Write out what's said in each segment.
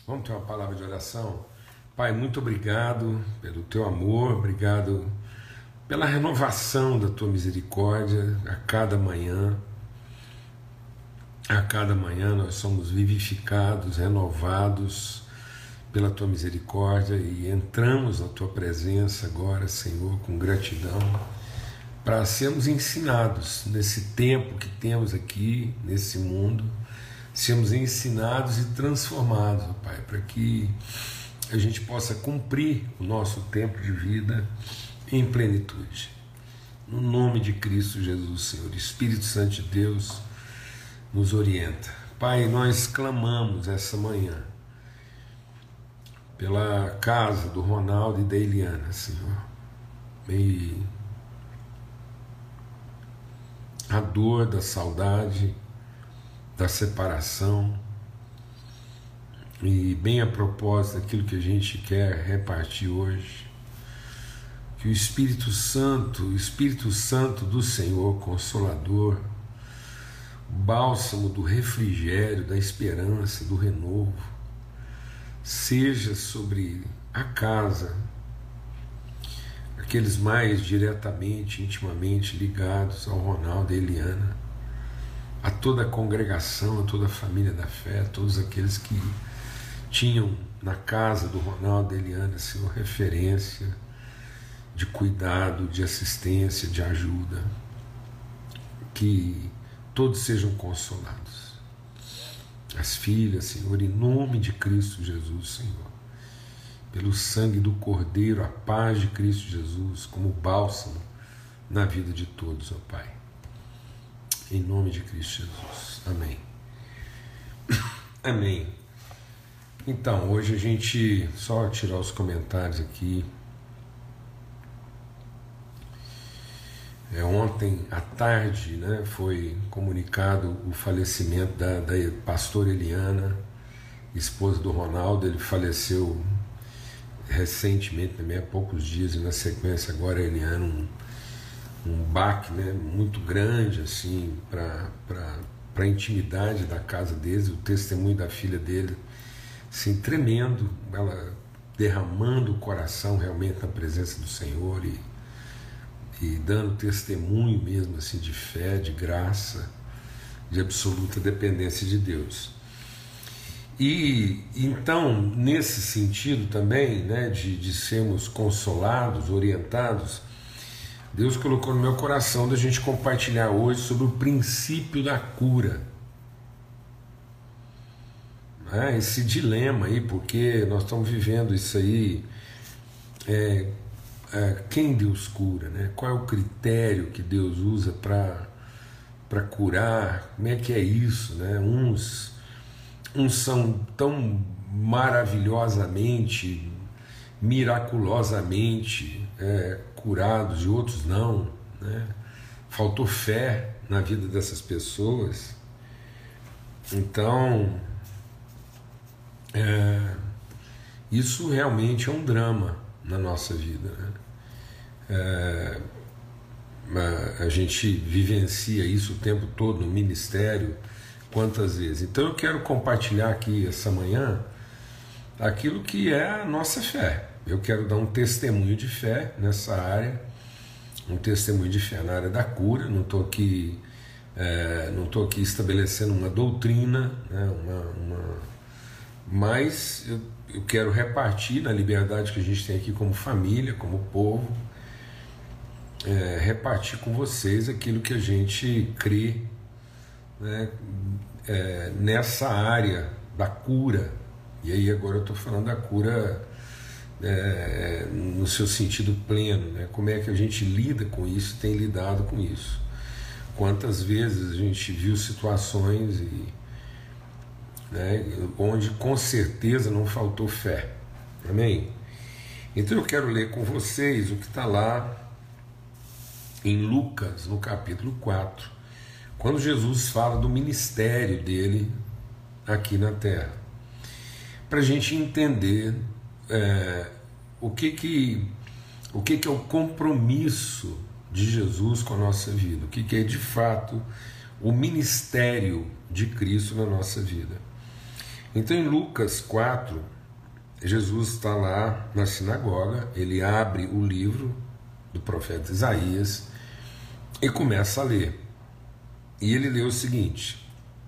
Vamos ter uma palavra de oração? Pai, muito obrigado pelo teu amor, obrigado pela renovação da tua misericórdia a cada manhã. A cada manhã nós somos vivificados, renovados pela tua misericórdia e entramos na tua presença agora, Senhor, com gratidão, para sermos ensinados nesse tempo que temos aqui, nesse mundo, sermos ensinados e transformados, ó Pai, para que a gente possa cumprir o nosso tempo de vida em plenitude. No nome de Cristo Jesus, Senhor, Espírito Santo de Deus nos orienta. Pai, nós clamamos essa manhã pela casa do Ronaldo e da Eliana, Senhor. E a dor da saudade, da separação, e bem a propósito daquilo que a gente quer repartir hoje, que o Espírito Santo do Senhor, Consolador, bálsamo do refrigério, da esperança, do renovo, seja sobre a casa, aqueles mais diretamente, intimamente ligados ao Ronaldo e a Eliana, a toda a congregação, a toda a família da fé, a todos aqueles que tinham na casa do Ronaldo e da Eliana, Senhor, referência de cuidado, de assistência, de ajuda, que todos sejam consolados. As filhas, Senhor, em nome de Cristo Jesus, Senhor, pelo sangue do Cordeiro, a paz de Cristo Jesus, como bálsamo na vida de todos, ó Pai. Em nome de Cristo Jesus. Amém. Amém. Então, hoje a gente, só tirar os comentários aqui. Ontem à tarde, né, foi comunicado o falecimento da pastora Eliana, esposa do Ronaldo. Ele faleceu recentemente, também há poucos dias, e na sequência agora a Eliana, um baque, né, muito grande assim, para a intimidade da casa deles. O testemunho da filha dele, assim, tremendo, ela derramando o coração realmente na presença do Senhor e dando testemunho mesmo assim de fé, de graça, de absoluta dependência de Deus. E então, nesse sentido também, né, de sermos consolados, orientados, Deus colocou no meu coração da gente compartilhar hoje sobre o princípio da cura. Esse dilema aí, porque nós estamos vivendo isso aí, quem Deus cura, né? Qual é o critério que Deus usa para curar? Como é que é isso, né? Uns são tão maravilhosamente, miraculosamente curados, e outros não, né? Faltou fé na vida dessas pessoas. Então, isso realmente é um drama na nossa vida, né? A gente vivencia isso o tempo todo no ministério, quantas vezes. Então eu quero compartilhar aqui essa manhã aquilo que é a nossa fé. Eu quero dar um testemunho de fé nessa área, um testemunho de fé na área da cura. Não estou aqui estabelecendo uma doutrina, né, mas eu quero repartir na liberdade que a gente tem aqui como família, como povo, repartir com vocês aquilo que a gente crê, né, nessa área da cura. E aí agora eu estou falando da cura no seu sentido pleno, né? Como é que a gente lida com isso, tem lidado com isso. Quantas vezes a gente viu situações onde com certeza não faltou fé. Amém? Então eu quero ler com vocês o que está lá em Lucas, no capítulo 4, quando Jesus fala do ministério dele aqui na terra, para a gente entender o que é o compromisso de Jesus com a nossa vida, o que é de fato o ministério de Cristo na nossa vida. Então em Lucas 4, Jesus está lá na sinagoga, ele abre o livro do profeta Isaías e começa a ler. E ele lê o seguinte: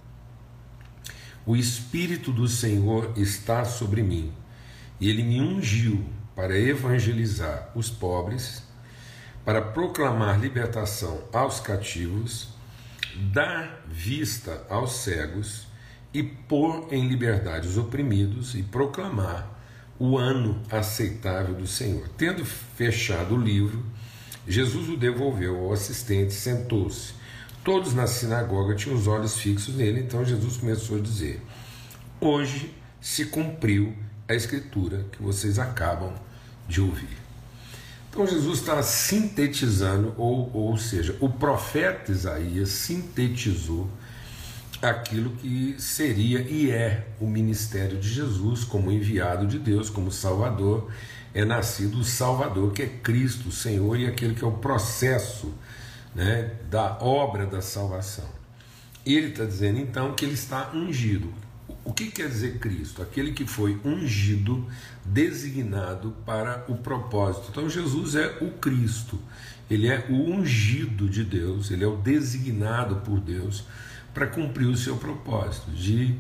o Espírito do Senhor está sobre mim, e ele me ungiu para evangelizar os pobres, para proclamar libertação aos cativos, dar vista aos cegos e pôr em liberdade os oprimidos e proclamar o ano aceitável do Senhor. Tendo fechado o livro, Jesus o devolveu ao assistente e sentou-se. Todos na sinagoga tinham os olhos fixos nele, então Jesus começou a dizer: hoje se cumpriu a escritura que vocês acabam de ouvir. Então Jesus está sintetizando, ou seja, o profeta Isaías sintetizou aquilo que seria e é o ministério de Jesus como enviado de Deus, como Salvador. É nascido o Salvador, que é Cristo, o Senhor, e aquele que é o processo, né, da obra da salvação. Ele está dizendo então que ele está ungido. O que quer dizer Cristo? Aquele que foi ungido, designado para o propósito. Então Jesus é o Cristo, ele é o ungido de Deus, ele é o designado por Deus para cumprir o seu propósito, de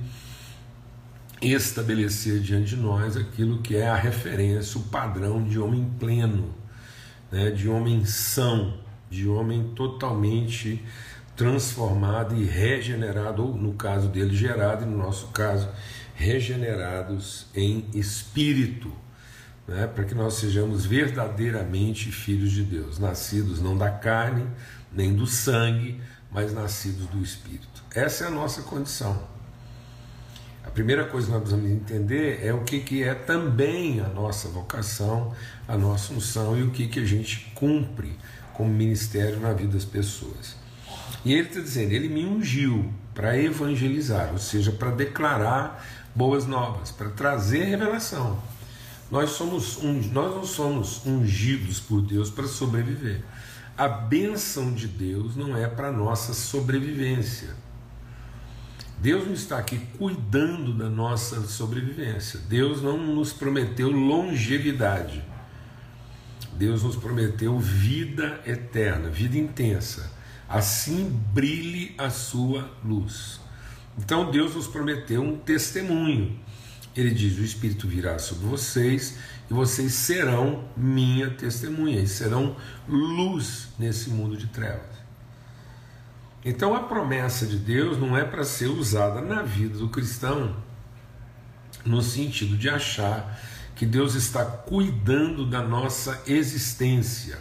estabelecer diante de nós aquilo que é a referência, o padrão de homem pleno, né, de homem são, de homem totalmente transformado e regenerado, ou no caso dele gerado, e no nosso caso regenerados em espírito, né, para que nós sejamos verdadeiramente filhos de Deus, nascidos não da carne nem do sangue, mas nascidos do Espírito. Essa é a nossa condição. A primeira coisa que nós precisamos entender é o que é também a nossa vocação, a nossa unção e o que a gente cumpre como ministério na vida das pessoas. E ele está dizendo, ele me ungiu para evangelizar, ou seja, para declarar boas novas, para trazer revelação. Nós não somos ungidos por Deus para sobreviver. A bênção de Deus não é para nossa sobrevivência. Deus não está aqui cuidando da nossa sobrevivência. Deus não nos prometeu longevidade. Deus nos prometeu vida eterna, vida intensa. Assim brilhe a sua luz. Então Deus nos prometeu um testemunho. Ele diz, o Espírito virá sobre vocês e vocês serão minha testemunha, e serão luz nesse mundo de trevas. Então a promessa de Deus não é para ser usada na vida do cristão no sentido de achar que Deus está cuidando da nossa existência.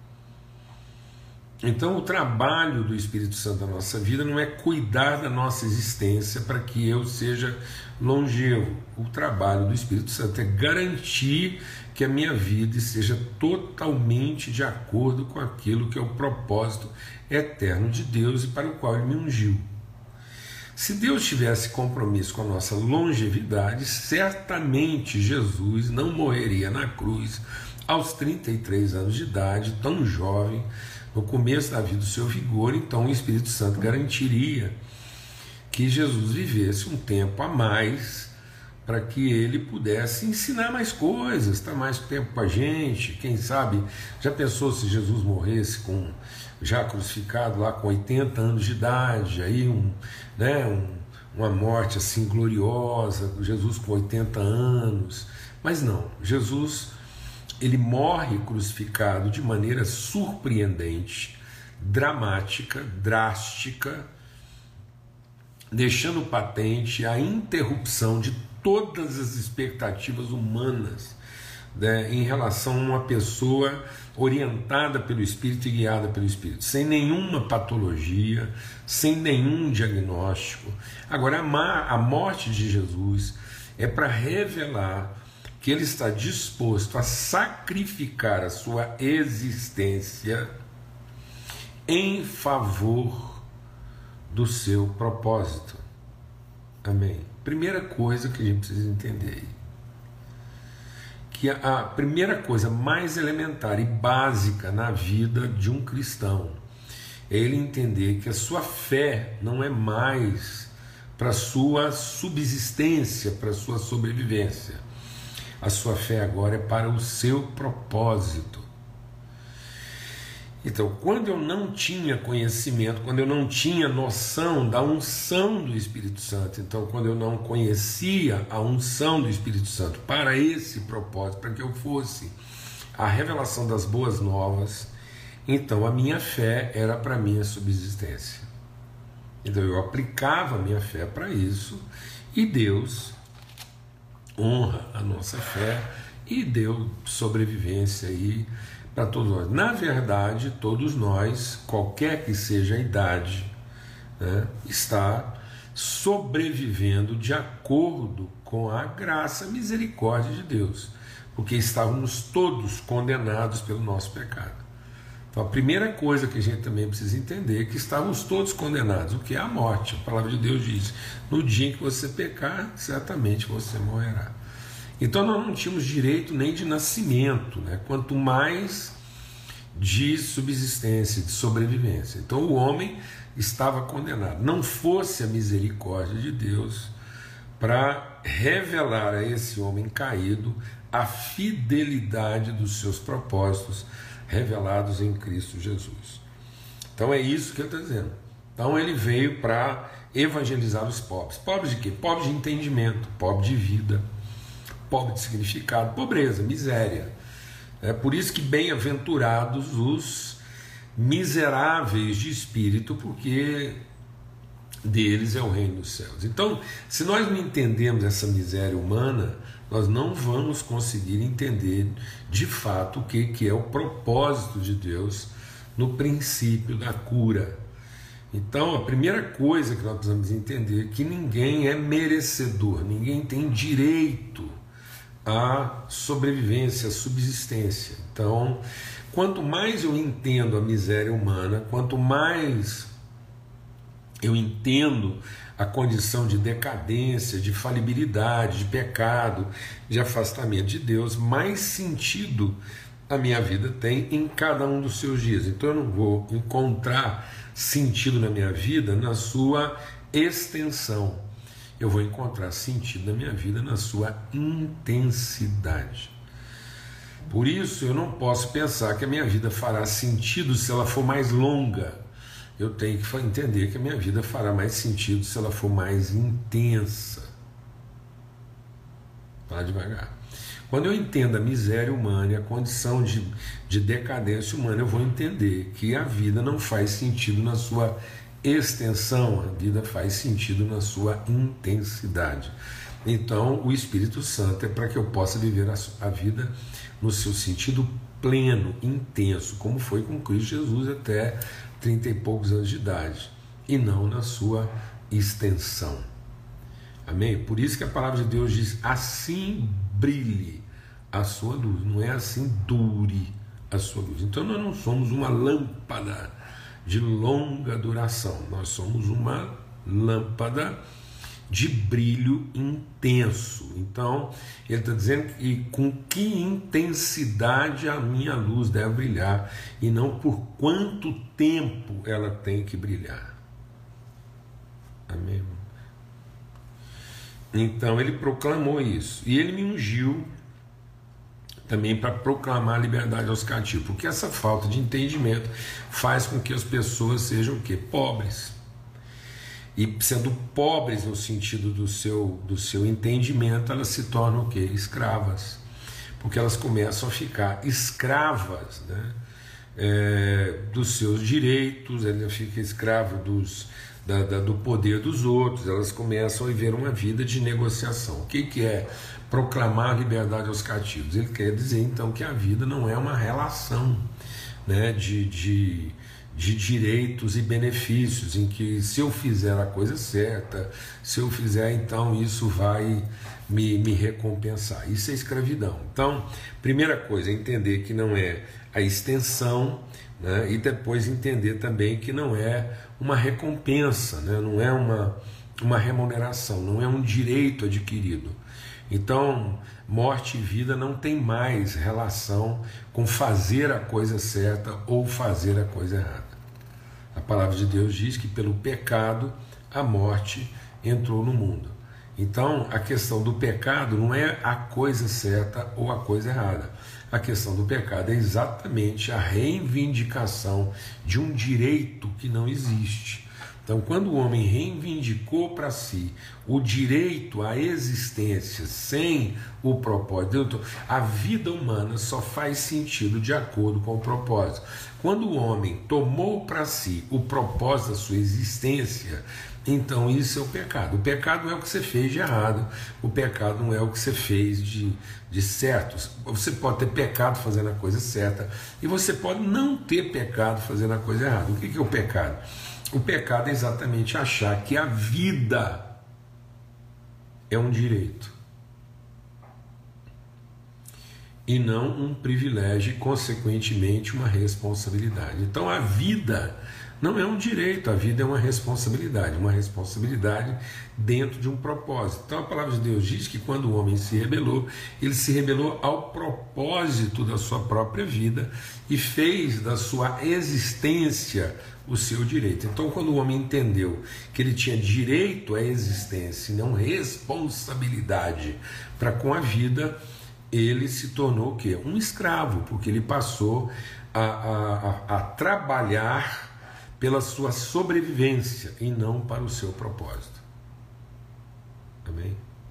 Então o trabalho do Espírito Santo na nossa vida não é cuidar da nossa existência para que eu seja longevo. O trabalho do Espírito Santo é garantir que a minha vida esteja totalmente de acordo com aquilo que é o propósito eterno de Deus e para o qual Ele me ungiu. Se Deus tivesse compromisso com a nossa longevidade, certamente Jesus não morreria na cruz aos 33 anos de idade, tão jovem, no começo da vida do seu vigor. Então o Espírito Santo garantiria que Jesus vivesse um tempo a mais para que ele pudesse ensinar mais coisas, estar mais tempo com a gente. Quem sabe, já pensou se Jesus morresse já crucificado lá com 80 anos de idade, aí uma morte assim gloriosa, Jesus com 80 anos, mas não, Jesus ele morre crucificado de maneira surpreendente, dramática, drástica, deixando patente a interrupção de todas as expectativas humanas, né, em relação a uma pessoa orientada pelo Espírito e guiada pelo Espírito, sem nenhuma patologia, sem nenhum diagnóstico. Agora, a morte de Jesus é para revelar que ele está disposto a sacrificar a sua existência em favor do seu propósito. Amém? Primeira coisa que a gente precisa entender aí, que a primeira coisa mais elementar e básica na vida de um cristão é ele entender que a sua fé não é mais para a sua subsistência, para a sua sobrevivência. A sua fé agora é para o seu propósito. Então, quando eu não tinha conhecimento, quando eu não tinha noção da unção do Espírito Santo, então quando eu não conhecia a unção do Espírito Santo para esse propósito, para que eu fosse a revelação das boas novas, então a minha fé era para a minha subsistência. Então eu aplicava a minha fé para isso, e Deus honra a nossa fé e deu sobrevivência aí para todos nós. Na verdade, todos nós, qualquer que seja a idade, né, está sobrevivendo de acordo com a graça e misericórdia de Deus, porque estávamos todos condenados pelo nosso pecado. Então a primeira coisa que a gente também precisa entender é que estávamos todos condenados, o que é a morte. A palavra de Deus diz: no dia em que você pecar, certamente você morrerá. Então nós não tínhamos direito nem de nascimento, né? Quanto mais de subsistência, de sobrevivência. Então o homem estava condenado. Não fosse a misericórdia de Deus para revelar a esse homem caído a fidelidade dos seus propósitos revelados em Cristo Jesus. Então é isso que ele está dizendo. Então ele veio para evangelizar os pobres. Pobres de quê? Pobres de entendimento, pobres de vida, pobre de significado, pobreza, miséria. É por isso que bem-aventurados os miseráveis de espírito, porque deles é o reino dos céus. Então, se nós não entendemos essa miséria humana, nós não vamos conseguir entender de fato o que é o propósito de Deus no princípio da cura. Então, a primeira coisa que nós precisamos entender é que ninguém é merecedor, ninguém tem direito a sobrevivência, a subsistência. Então, quanto mais eu entendo a miséria humana, quanto mais eu entendo a condição de decadência, de falibilidade, de pecado, de afastamento de Deus, mais sentido a minha vida tem em cada um dos seus dias. Então eu não vou encontrar sentido na minha vida na sua extensão. Eu vou encontrar sentido na minha vida na sua intensidade. Por isso eu não posso pensar que a minha vida fará sentido se ela for mais longa. Eu tenho que entender que a minha vida fará mais sentido se ela for mais intensa. Vá devagar. Quando eu entendo a miséria humana e a condição de decadência humana, eu vou entender que a vida não faz sentido na sua extensão, a vida faz sentido na sua intensidade. Então o Espírito Santo é para que eu possa viver a vida no seu sentido pleno, intenso, como foi com Cristo Jesus até 30 e poucos anos de idade, e não na sua extensão. Amém? Por isso que a palavra de Deus diz: assim brilhe a sua luz, não é assim dure a sua luz. Então nós não somos uma lâmpada de longa duração, nós somos uma lâmpada de brilho intenso. Então ele está dizendo que com que intensidade a minha luz deve brilhar, e não por quanto tempo ela tem que brilhar. Amém? Então ele proclamou isso, e ele me ungiu também para proclamar a liberdade aos cativos, porque essa falta de entendimento faz com que as pessoas sejam o quê? Pobres. E sendo pobres no sentido do seu entendimento, elas se tornam o quê? Escravas. Porque elas começam a ficar escravas, né? Dos seus direitos, ela fica escrava do poder dos outros, elas começam a viver uma vida de negociação. O que é proclamar a liberdade aos cativos? Ele quer dizer então que a vida não é uma relação, né, de direitos e benefícios, em que se eu fizer a coisa certa, se eu fizer, então isso vai me recompensar. Isso é escravidão. Então, primeira coisa é entender que não é a extensão, né, e depois entender também que não é uma recompensa, né, não é uma remuneração, não é um direito adquirido. Então, morte e vida não tem mais relação com fazer a coisa certa ou fazer a coisa errada. A palavra de Deus diz que pelo pecado a morte entrou no mundo. Então, a questão do pecado não é a coisa certa ou a coisa errada. A questão do pecado é exatamente a reivindicação de um direito que não existe. Então, quando o homem reivindicou para si o direito à existência sem o propósito, a vida humana só faz sentido de acordo com o propósito. Quando o homem tomou para si o propósito da sua existência, então isso é o pecado. O pecado não é o que você fez de errado, o pecado não é o que você fez de certo. Você pode ter pecado fazendo a coisa certa e você pode não ter pecado fazendo a coisa errada. O que é o pecado? O pecado é exatamente achar que a vida é um direito e não um privilégio e, consequentemente, uma responsabilidade. Então, a vida não é um direito, a vida é uma responsabilidade dentro de um propósito. Então, a palavra de Deus diz que quando o homem se rebelou, ele se rebelou ao propósito da sua própria vida e fez da sua existência o seu direito. Então, quando o homem entendeu que ele tinha direito à existência e não responsabilidade para com a vida, ele se tornou o quê? Um escravo, porque ele passou a trabalhar pela sua sobrevivência e não para o seu propósito. Amém?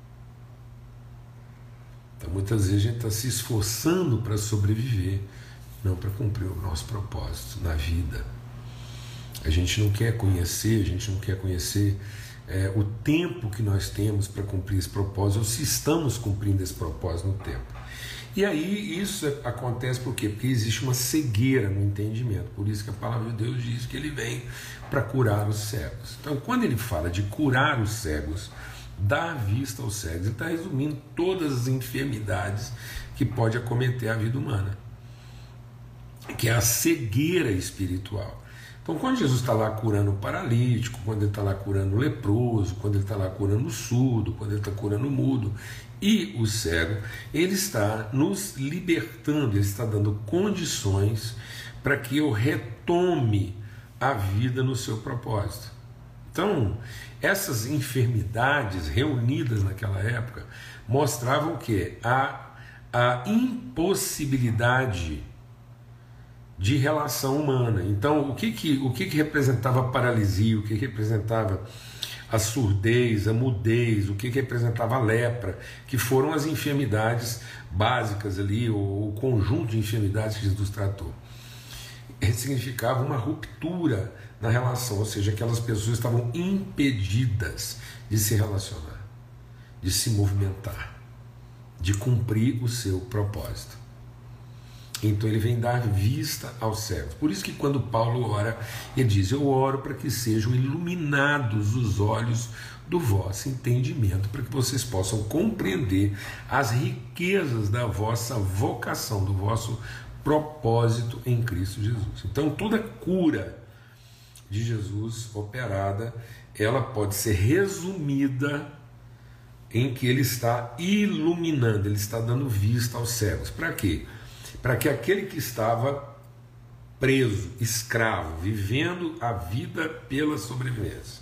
Então, muitas vezes a gente está se esforçando para sobreviver, não para cumprir o nosso propósito na vida. A gente não quer conhecer, o tempo que nós temos para cumprir esse propósito, ou se estamos cumprindo esse propósito no tempo. E aí isso acontece por quê? Porque existe uma cegueira no entendimento. Por isso que a palavra de Deus diz que ele vem para curar os cegos. Então, quando ele fala de curar os cegos, dar vista aos cegos, ele está resumindo todas as enfermidades que pode acometer a vida humana, que é a cegueira espiritual. Então, quando Jesus está lá curando o paralítico, quando ele está lá curando o leproso, quando ele está lá curando o surdo, quando ele está curando o mudo e o cego, ele está nos libertando, ele está dando condições para que eu retome a vida no seu propósito. Então, essas enfermidades reunidas naquela época mostravam o quê? A impossibilidade de relação humana. Então, o que representava a paralisia, o que representava a surdez, a mudez, o que representava a lepra, que foram as enfermidades básicas ali, o conjunto de enfermidades que Jesus tratou. Significava uma ruptura na relação, ou seja, aquelas pessoas estavam impedidas de se relacionar, de se movimentar, de cumprir o seu propósito. Então ele vem dar vista aos cegos. Por isso que quando Paulo ora, ele diz: eu oro para que sejam iluminados os olhos do vosso entendimento, para que vocês possam compreender as riquezas da vossa vocação, do vosso propósito em Cristo Jesus. Então toda cura de Jesus operada, ela pode ser resumida em que ele está iluminando, ele está dando vista aos cegos. Para quê? Para que aquele que estava preso, escravo, vivendo a vida pela sobrevivência.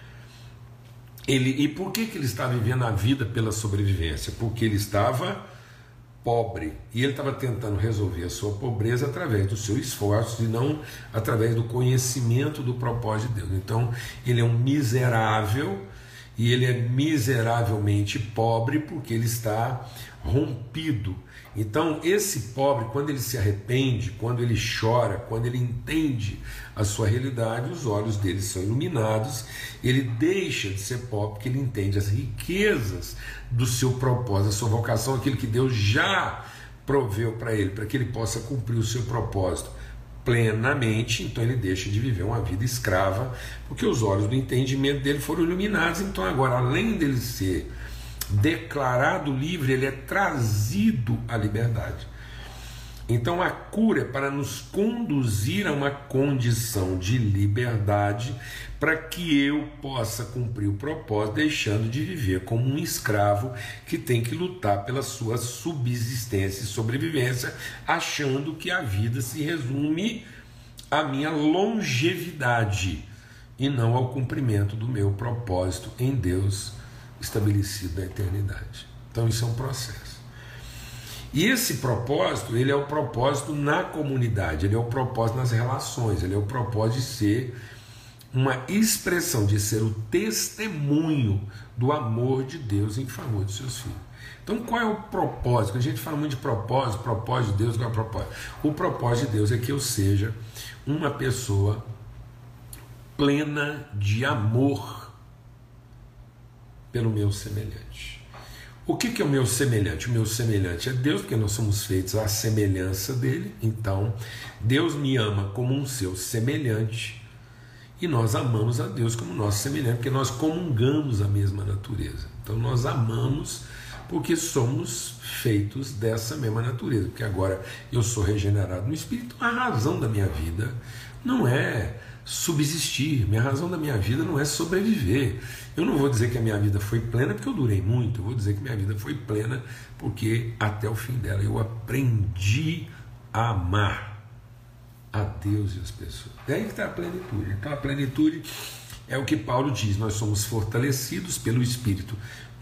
E por que ele estava vivendo a vida pela sobrevivência? Porque ele estava pobre e ele estava tentando resolver a sua pobreza através do seu esforço e não através do conhecimento do propósito de Deus. Então ele é um miserável e ele é miseravelmente pobre porque ele está rompido. Então esse pobre, quando ele se arrepende, quando ele chora, quando ele entende a sua realidade, os olhos dele são iluminados, ele deixa de ser pobre porque ele entende as riquezas do seu propósito, a sua vocação, aquilo que Deus já proveu para ele, para que ele possa cumprir o seu propósito plenamente. Então ele deixa de viver uma vida escrava, porque os olhos do entendimento dele foram iluminados. Então agora, além dele ser declarado livre, ele é trazido à liberdade. Então a cura é para nos conduzir a uma condição de liberdade, para que eu possa cumprir o propósito, deixando de viver como um escravo que tem que lutar pela sua subsistência e sobrevivência, achando que a vida se resume à minha longevidade e não ao cumprimento do meu propósito em Deus estabelecido na eternidade. Então isso é um processo. E esse propósito, ele é o propósito na comunidade, ele é o propósito nas relações, ele é o propósito de ser uma expressão, de ser o testemunho do amor de Deus em favor dos seus filhos. Então qual é o propósito? A gente fala muito de propósito de Deus, qual é o propósito? O propósito de Deus é que eu seja uma pessoa plena de amor pelo meu semelhante. O que é o meu semelhante? O meu semelhante é Deus, porque nós somos feitos à semelhança dele. Então, Deus me ama como um seu semelhante e nós amamos a Deus como nosso semelhante, porque nós comungamos a mesma natureza. Então, nós amamos porque somos feitos dessa mesma natureza. Porque agora eu sou regenerado no Espírito, a razão da minha vida não é subsistir, minha razão da minha vida não é sobreviver. Eu não vou dizer que a minha vida foi plena porque eu durei muito, eu vou dizer que minha vida foi plena porque até o fim dela eu aprendi a amar a Deus e as pessoas. Daí que está a plenitude. Então a plenitude é o que Paulo diz: nós somos fortalecidos pelo Espírito.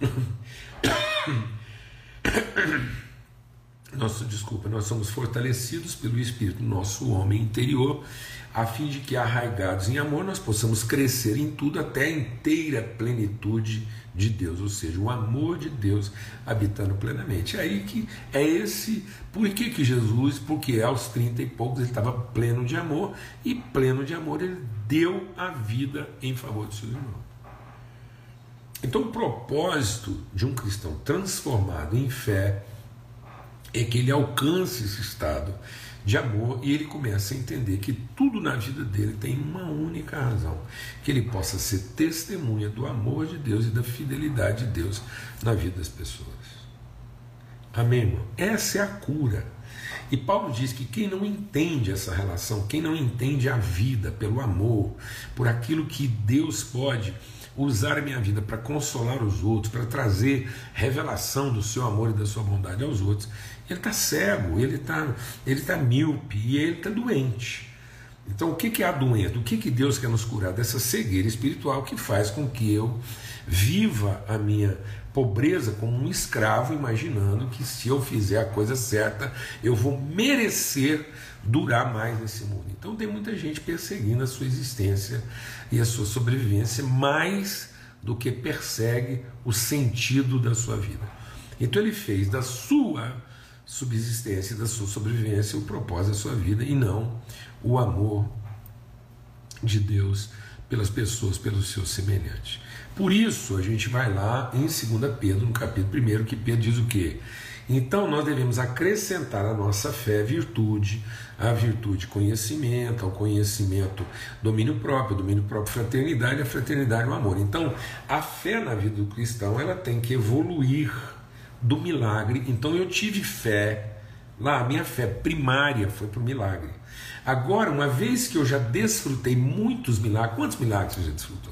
Nós somos fortalecidos pelo Espírito, nosso homem interior, a fim de que, arraigados em amor, nós possamos crescer em tudo até a inteira plenitude de Deus, ou seja, o amor de Deus habitando plenamente. É aí que é esse, por que Jesus, porque aos 30 e poucos ele estava pleno de amor, e pleno de amor ele deu a vida em favor dos seus irmãos. Então o propósito de um cristão transformado em fé é que ele alcance esse estado de amor e ele começa a entender que tudo na vida dele tem uma única razão: que ele possa ser testemunha do amor de Deus e da fidelidade de Deus na vida das pessoas. Amém, irmão? Essa é a cura. E Paulo diz que quem não entende essa relação, quem não entende a vida pelo amor, por aquilo que Deus pode usar a minha vida para consolar os outros, para trazer revelação do seu amor e da sua bondade aos outros, ele está cego, ele está míope e ele está doente. Então o que é a doença? O que Deus quer nos curar? Dessa cegueira espiritual que faz com que eu viva a minha pobreza como um escravo, imaginando que se eu fizer a coisa certa eu vou merecer durar mais nesse mundo. Então tem muita gente perseguindo a sua existência e a sua sobrevivência mais do que persegue o sentido da sua vida. Então ele fez da sua subsistência e da sua sobrevivência o propósito da sua vida e não o amor de Deus pelas pessoas, pelos seus semelhantes. Por isso a gente vai lá em 2 Pedro, no capítulo 1, que Pedro diz o quê? Então nós devemos acrescentar à nossa fé virtude, à virtude conhecimento, ao conhecimento domínio próprio fraternidade, a fraternidade o amor. Então a fé na vida do cristão ela tem que evoluir do milagre. Então eu tive fé lá, a minha fé primária foi para o milagre. Agora, uma vez que eu já desfrutei muitos milagres, quantos milagres você já desfrutou?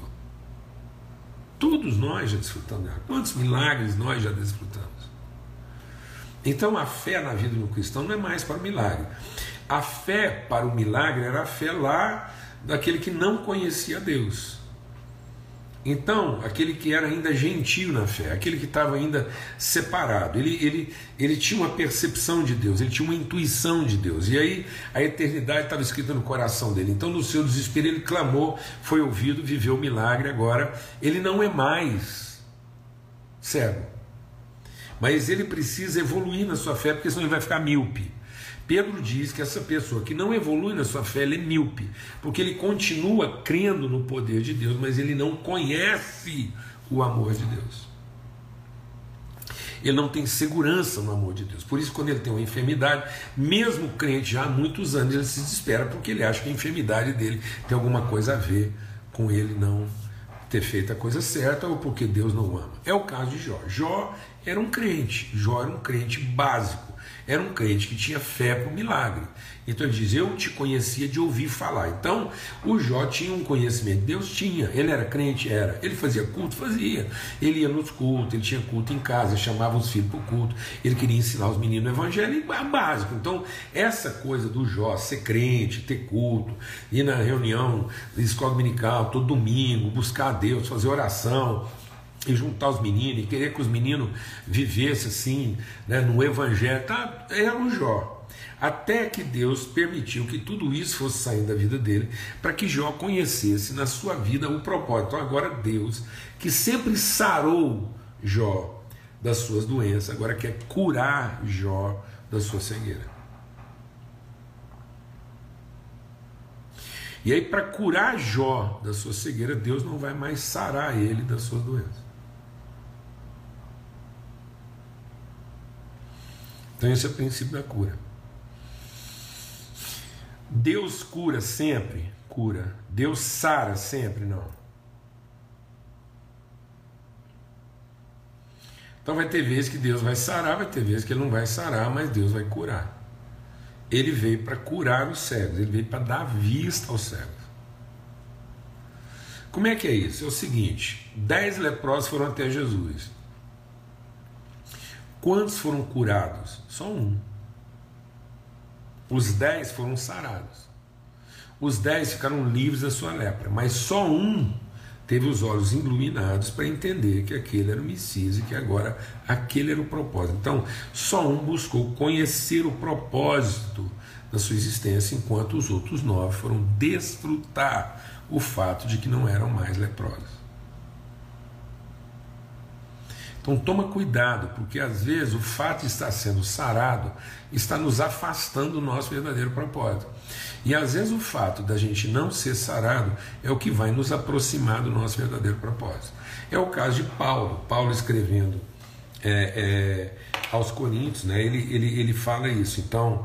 Todos nós já desfrutamos. Quantos milagres nós já desfrutamos? Então a fé na vida do cristão não é mais para o milagre. A fé para o milagre era a fé lá daquele que não conhecia Deus. Então, aquele que era ainda gentio na fé, aquele que estava ainda separado, ele tinha uma percepção de Deus, ele tinha uma intuição de Deus, e aí a eternidade estava escrita no coração dele. Então no seu desespero ele clamou, foi ouvido, viveu o milagre. Agora ele não é mais cego, mas ele precisa evoluir na sua fé, porque senão ele vai ficar míope. Pedro diz que essa pessoa que não evolui na sua fé, ele é míope, porque ele continua crendo no poder de Deus, mas ele não conhece o amor de Deus. Ele não tem segurança no amor de Deus. Por isso, quando ele tem uma enfermidade, mesmo crente já há muitos anos, ele se desespera, porque ele acha que a enfermidade dele tem alguma coisa a ver com ele não ter feito a coisa certa, ou porque Deus não ama. É o caso de Jó. Jó era um crente básico. era um crente que tinha fé para o milagre. Então ele diz: eu te conhecia de ouvir falar. Então o Jó tinha um conhecimento, Deus tinha. Ele era crente? Era. Ele fazia culto? Fazia. Ele ia nos cultos, ele tinha culto em casa, chamava os filhos para o culto, ele queria ensinar os meninos o evangelho, é básico. Então essa coisa do Jó ser crente, ter culto, ir na reunião da escola dominical todo domingo, buscar a Deus, fazer oração e juntar os meninos, e querer que os meninos vivessem assim, né, no evangelho, tá, era o Jó. Até que Deus permitiu que tudo isso fosse saindo da vida dele, para que Jó conhecesse na sua vida o propósito. Então agora Deus, que sempre sarou Jó das suas doenças, agora quer curar Jó da sua cegueira. E aí, para curar Jó da sua cegueira, Deus não vai mais sarar ele das suas doenças. Então esse é o princípio da cura. Deus cura sempre? Cura. Deus sara sempre? Não. Então vai ter vezes que Deus vai sarar, vai ter vezes que Ele não vai sarar, mas Deus vai curar. Ele veio para curar os cegos, Ele veio para dar vista aos cegos. Como é que é isso? É o seguinte: 10 leprosos foram até Jesus. Quantos foram curados? Só um. Os 10 foram sarados. Os 10 ficaram livres da sua lepra, mas só um teve os olhos iluminados para entender que aquele era o Messias e que agora aquele era o propósito. Então, só um buscou conhecer o propósito da sua existência, enquanto os outros 9 foram desfrutar o fato de que não eram mais leprosos. Então toma cuidado, porque às vezes o fato de estar sendo sarado está nos afastando do nosso verdadeiro propósito. E às vezes o fato da gente não ser sarado é o que vai nos aproximar do nosso verdadeiro propósito. É o caso de Paulo. Paulo escrevendo aos Coríntios, né, ele fala isso. Então,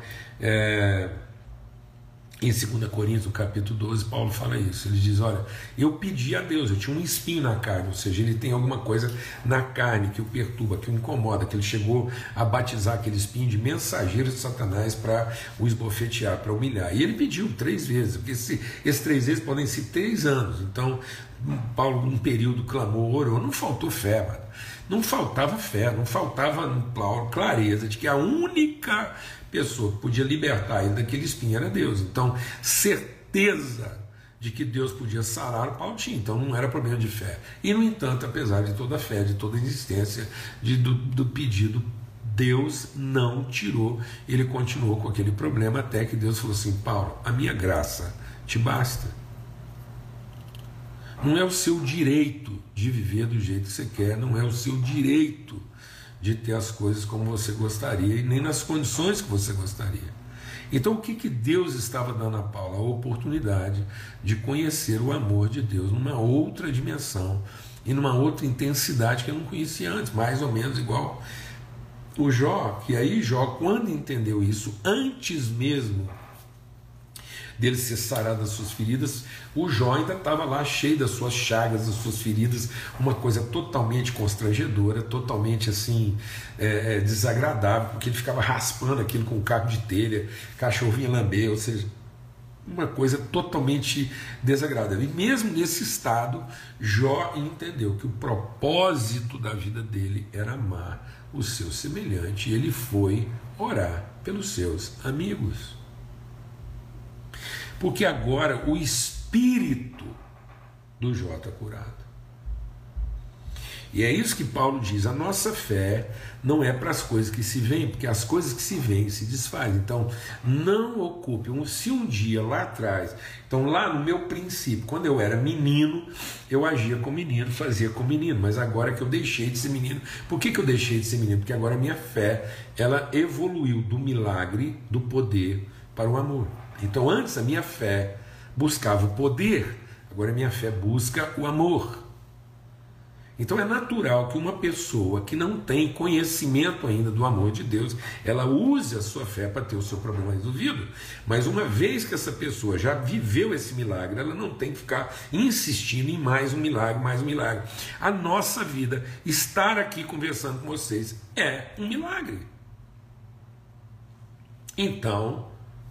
em 2 Coríntios, no capítulo 12, Paulo fala isso. Ele diz: olha, eu pedi a Deus, eu tinha um espinho na carne, ou seja, ele tem alguma coisa na carne que o perturba, que o incomoda, que ele chegou a batizar aquele espinho de mensageiro de Satanás para o esbofetear, para humilhar. E ele pediu 3 vezes, porque esses 3 vezes podem ser 3 anos. Então, Paulo, num período, clamou, orou, não faltou fé, mano. Não faltava fé, não faltava Paulo clareza de que a única pessoa que podia libertar ele daquele espinho era Deus. Então, certeza de que Deus podia sarar o Paulo tinha. Então não era problema de fé. E no entanto, apesar de toda a fé, de toda a existência do pedido, Deus não tirou. Ele continuou com aquele problema até que Deus falou assim: Paulo, a minha graça te basta. Não é o seu direito de viver do jeito que você quer, não é o seu direito de ter as coisas como você gostaria e nem nas condições que você gostaria. Então o que Deus estava dando a Paulo? A oportunidade de conhecer o amor de Deus numa outra dimensão e numa outra intensidade que eu não conhecia antes, mais ou menos igual o Jó. Que aí Jó, quando entendeu isso, antes mesmo dele ser sarado das suas feridas, o Jó ainda estava lá cheio das suas chagas, das suas feridas, uma coisa totalmente constrangedora, totalmente assim, desagradável, porque ele ficava raspando aquilo com um caco de telha, cachorro vinha lamber, ou seja, uma coisa totalmente desagradável. E mesmo nesse estado, Jó entendeu que o propósito da vida dele era amar o seu semelhante, e ele foi orar pelos seus amigos. Porque agora o espírito do Jó está curado. E é isso que Paulo diz: a nossa fé não é para as coisas que se veem, porque as coisas que se veem se desfazem. Então não ocupe, se um dia lá atrás, então lá no meu princípio, quando eu era menino, eu agia como menino, fazia como menino, mas agora que eu deixei de ser menino, por que eu deixei de ser menino? Porque agora a minha fé, ela evoluiu do milagre, do poder, para o amor. Então antes a minha fé buscava o poder, agora a minha fé busca o amor. Então é natural que uma pessoa que não tem conhecimento ainda do amor de Deus, ela use a sua fé para ter o seu problema resolvido. Mas uma vez que essa pessoa já viveu esse milagre, ela não tem que ficar insistindo em mais um milagre, mais um milagre. A nossa vida, estar aqui conversando com vocês, é um milagre. Então,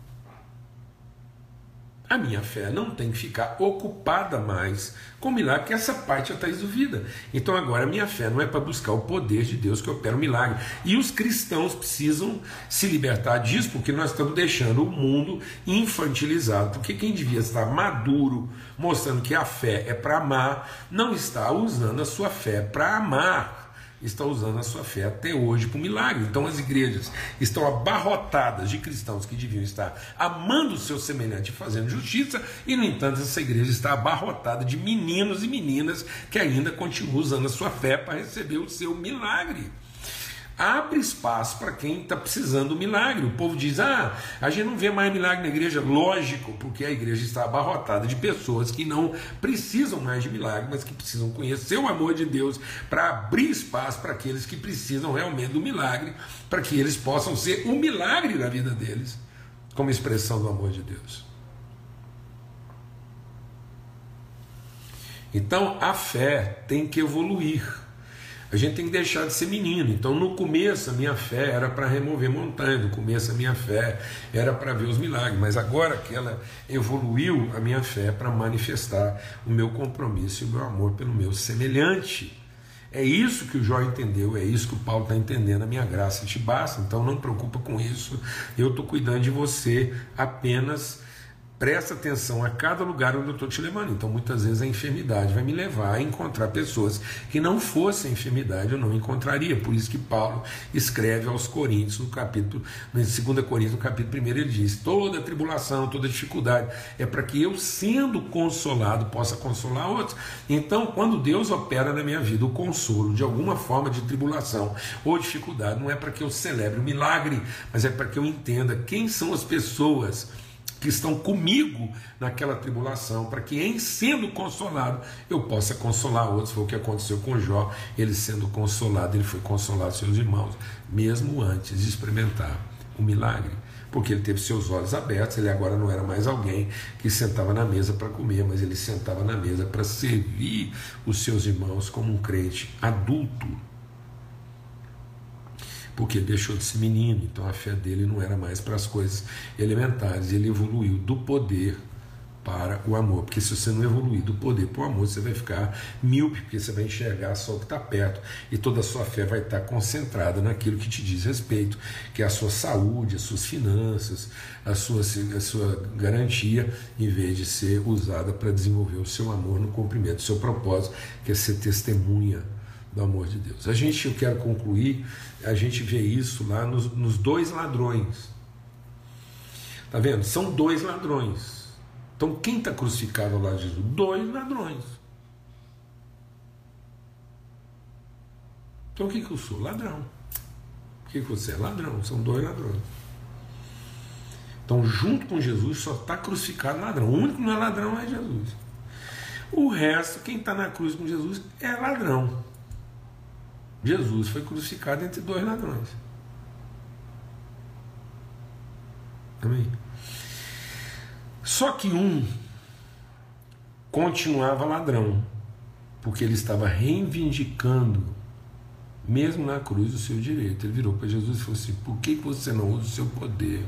a minha fé não tem que ficar ocupada mais com milagre, porque essa parte já está resolvida. Então agora a minha fé não é para buscar o poder de Deus que opera o milagre. E os cristãos precisam se libertar disso, porque nós estamos deixando o mundo infantilizado. Porque quem devia estar maduro, mostrando que a fé é para amar, não está usando a sua fé para amar. Está usando a sua fé até hoje para o milagre. Então as igrejas estão abarrotadas de cristãos que deviam estar amando o seu semelhante e fazendo justiça, e no entanto essa igreja está abarrotada de meninos e meninas que ainda continuam usando a sua fé para receber o seu milagre. Abre espaço para quem está precisando do milagre. O povo diz, a gente não vê mais milagre na igreja. Lógico, porque a igreja está abarrotada de pessoas que não precisam mais de milagre, mas que precisam conhecer o amor de Deus, para abrir espaço para aqueles que precisam realmente do milagre, para que eles possam ser um milagre na vida deles, como expressão do amor de Deus. Então a fé tem que evoluir. A gente tem que deixar de ser menino. Então no começo a minha fé era para remover montanha, no começo a minha fé era para ver os milagres, mas agora que ela evoluiu, a minha fé é para manifestar o meu compromisso e o meu amor pelo meu semelhante. É isso que o Jó entendeu, é isso que o Paulo está entendendo. A minha graça te basta, então não preocupa com isso, eu estou cuidando de você, apenas presta atenção a cada lugar onde eu estou te levando. Então muitas vezes a enfermidade vai me levar a encontrar pessoas que não fossem enfermidade eu não encontraria. Por isso que Paulo escreve aos Coríntios, no 2 Coríntios, no capítulo 1, ele diz, toda tribulação, toda dificuldade é para que eu, sendo consolado, possa consolar outros. Então quando Deus opera na minha vida o consolo de alguma forma de tribulação ou dificuldade, não é para que eu celebre o milagre, mas é para que eu entenda quem são as pessoas que estão comigo naquela tribulação, para que em sendo consolado eu possa consolar outros. Foi o que aconteceu com Jó. Ele sendo consolado, ele foi consolar seus irmãos, mesmo antes de experimentar o milagre, porque ele teve seus olhos abertos. Ele agora não era mais alguém que sentava na mesa para comer, mas ele sentava na mesa para servir os seus irmãos como um crente adulto, porque ele deixou de ser menino. Então a fé dele não era mais para as coisas elementares, ele evoluiu do poder para o amor, porque se você não evoluir do poder para o amor, você vai ficar míope, porque você vai enxergar só o que está perto, e toda a sua fé vai estar concentrada naquilo que te diz respeito, que é a sua saúde, as suas finanças, a sua garantia, em vez de ser usada para desenvolver o seu amor no cumprimento do seu propósito, que é ser testemunha do amor de Deus. Eu quero concluir, a gente vê isso lá nos dois ladrões. Está vendo? São dois ladrões. Então quem está crucificado ao lado de Jesus? Dois ladrões. Então o que eu sou? Ladrão. O que você é? Ladrão. São dois ladrões. Então junto com Jesus só está crucificado ladrão. O único que não é ladrão é Jesus. O resto, quem está na cruz com Jesus é ladrão. Jesus foi crucificado entre dois ladrões. Amém? Só que um continuava ladrão, porque ele estava reivindicando, mesmo na cruz, o seu direito. Ele virou para Jesus e falou assim: por que você não usa o seu poder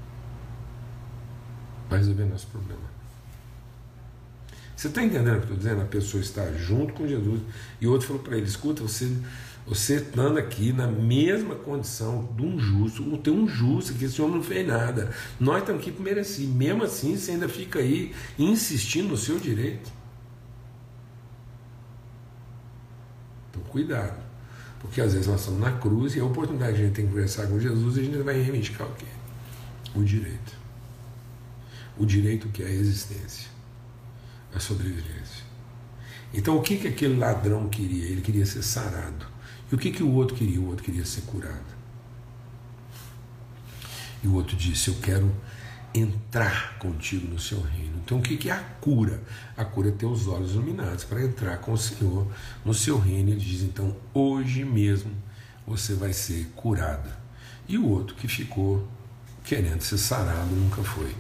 para resolver nosso problema? Você está entendendo o que eu estou dizendo? A pessoa está junto com Jesus e o outro falou para ele: escuta, você estando aqui na mesma condição de um justo, tem um justo que esse homem não fez nada, nós estamos aqui para merecer, mesmo assim você ainda fica aí insistindo no seu direito. Então cuidado, porque às vezes nós estamos na cruz e a oportunidade de a gente tem que conversar com Jesus, e a gente vai reivindicar o quê? O direito. O direito que é a existência, a sobrevivência. Então o que aquele ladrão queria? Ele queria ser sarado. E o que o outro queria? O outro queria ser curado. E o outro disse: eu quero entrar contigo no seu reino. Então o que é a cura? A cura é ter os olhos iluminados para entrar com o Senhor no seu reino. Ele diz: então hoje mesmo você vai ser curada. E o outro que ficou querendo ser sarado nunca foi.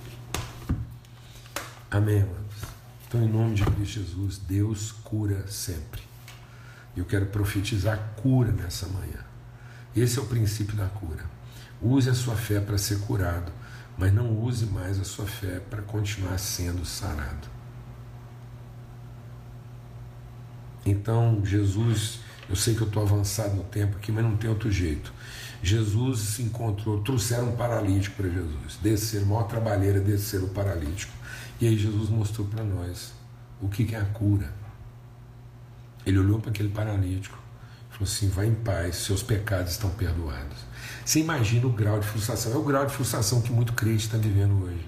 Amém, amados? Então, em nome de Cristo Jesus, Deus cura sempre. Eu quero profetizar cura nessa manhã. Esse é o princípio da cura. Use a sua fé para ser curado, mas não use mais a sua fé para continuar sendo sarado. Então, Jesus, eu sei que eu estou avançado no tempo aqui, mas não tem outro jeito. Jesus se encontrou, trouxeram um paralítico para Jesus, desceram, a maior trabalheira, desceram o paralítico. E aí Jesus mostrou para nós o que é a cura. Ele olhou para aquele paralítico e falou assim: vai em paz, seus pecados estão perdoados. Você imagina o grau de frustração, é o grau de frustração que muito crente está vivendo hoje.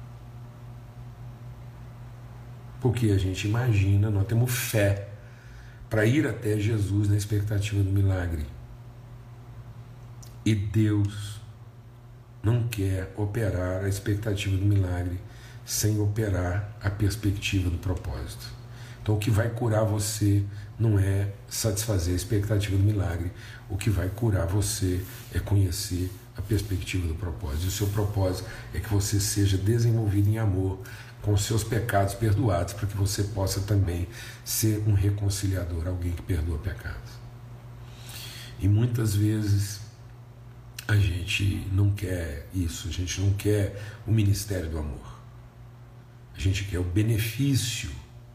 Porque a gente imagina, nós temos fé para ir até Jesus na expectativa do milagre. E Deus não quer operar a expectativa do milagre sem operar a perspectiva do propósito. Então o que vai curar você não é satisfazer a expectativa do milagre. O que vai curar você é conhecer a perspectiva do propósito. E o seu propósito é que você seja desenvolvido em amor, com os seus pecados perdoados, para que você possa também ser um reconciliador, alguém que perdoa pecados. E muitas vezes a gente não quer isso, a gente não quer o ministério do amor. A gente quer o benefício,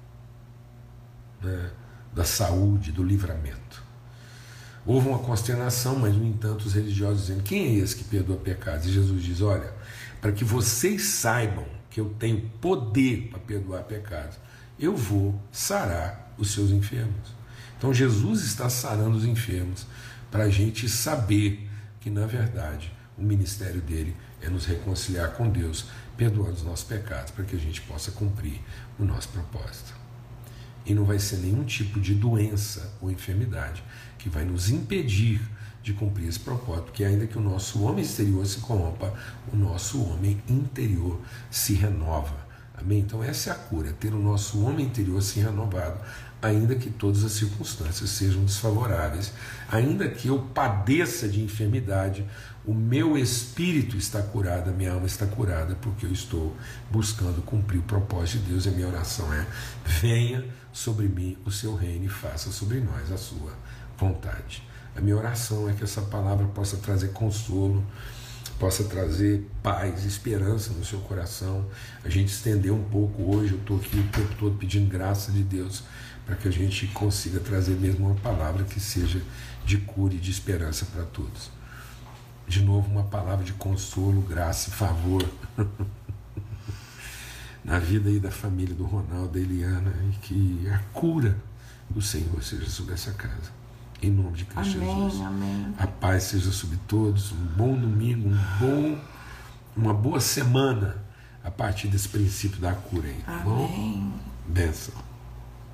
né, da saúde, do livramento. Houve uma consternação, mas no entanto os religiosos dizendo: quem é esse que perdoa pecados? E Jesus diz: olha, para que vocês saibam que eu tenho poder para perdoar pecados, eu vou sarar os seus enfermos. Então Jesus está sarando os enfermos para a gente saber que na verdade o ministério dele é nos reconciliar com Deus, perdoando os nossos pecados, para que a gente possa cumprir o nosso propósito. E não vai ser nenhum tipo de doença ou enfermidade que vai nos impedir de cumprir esse propósito, porque ainda que o nosso homem exterior se corrompa, o nosso homem interior se renova. Amém? Então essa é a cura, ter o nosso homem interior se renovado, ainda que todas as circunstâncias sejam desfavoráveis, ainda que eu padeça de enfermidade, o meu espírito está curado, a minha alma está curada, porque eu estou buscando cumprir o propósito de Deus. E a minha oração é: venha sobre mim o seu reino e faça sobre nós a sua vontade. A minha oração é que essa palavra possa trazer consolo, possa trazer paz, esperança no seu coração. A gente estendeu um pouco hoje, eu estou aqui o tempo todo pedindo graça de Deus para que a gente consiga trazer mesmo uma palavra que seja de cura e de esperança para todos. De novo, uma palavra de consolo, graça e favor na vida aí da família do Ronaldo, da Eliana, e que a cura do Senhor seja sobre essa casa. Em nome de Cristo Jesus. Amém. A paz seja sobre todos. Um bom domingo, uma boa semana a partir desse princípio da cura aí. Tá bom? Amém. Bênção.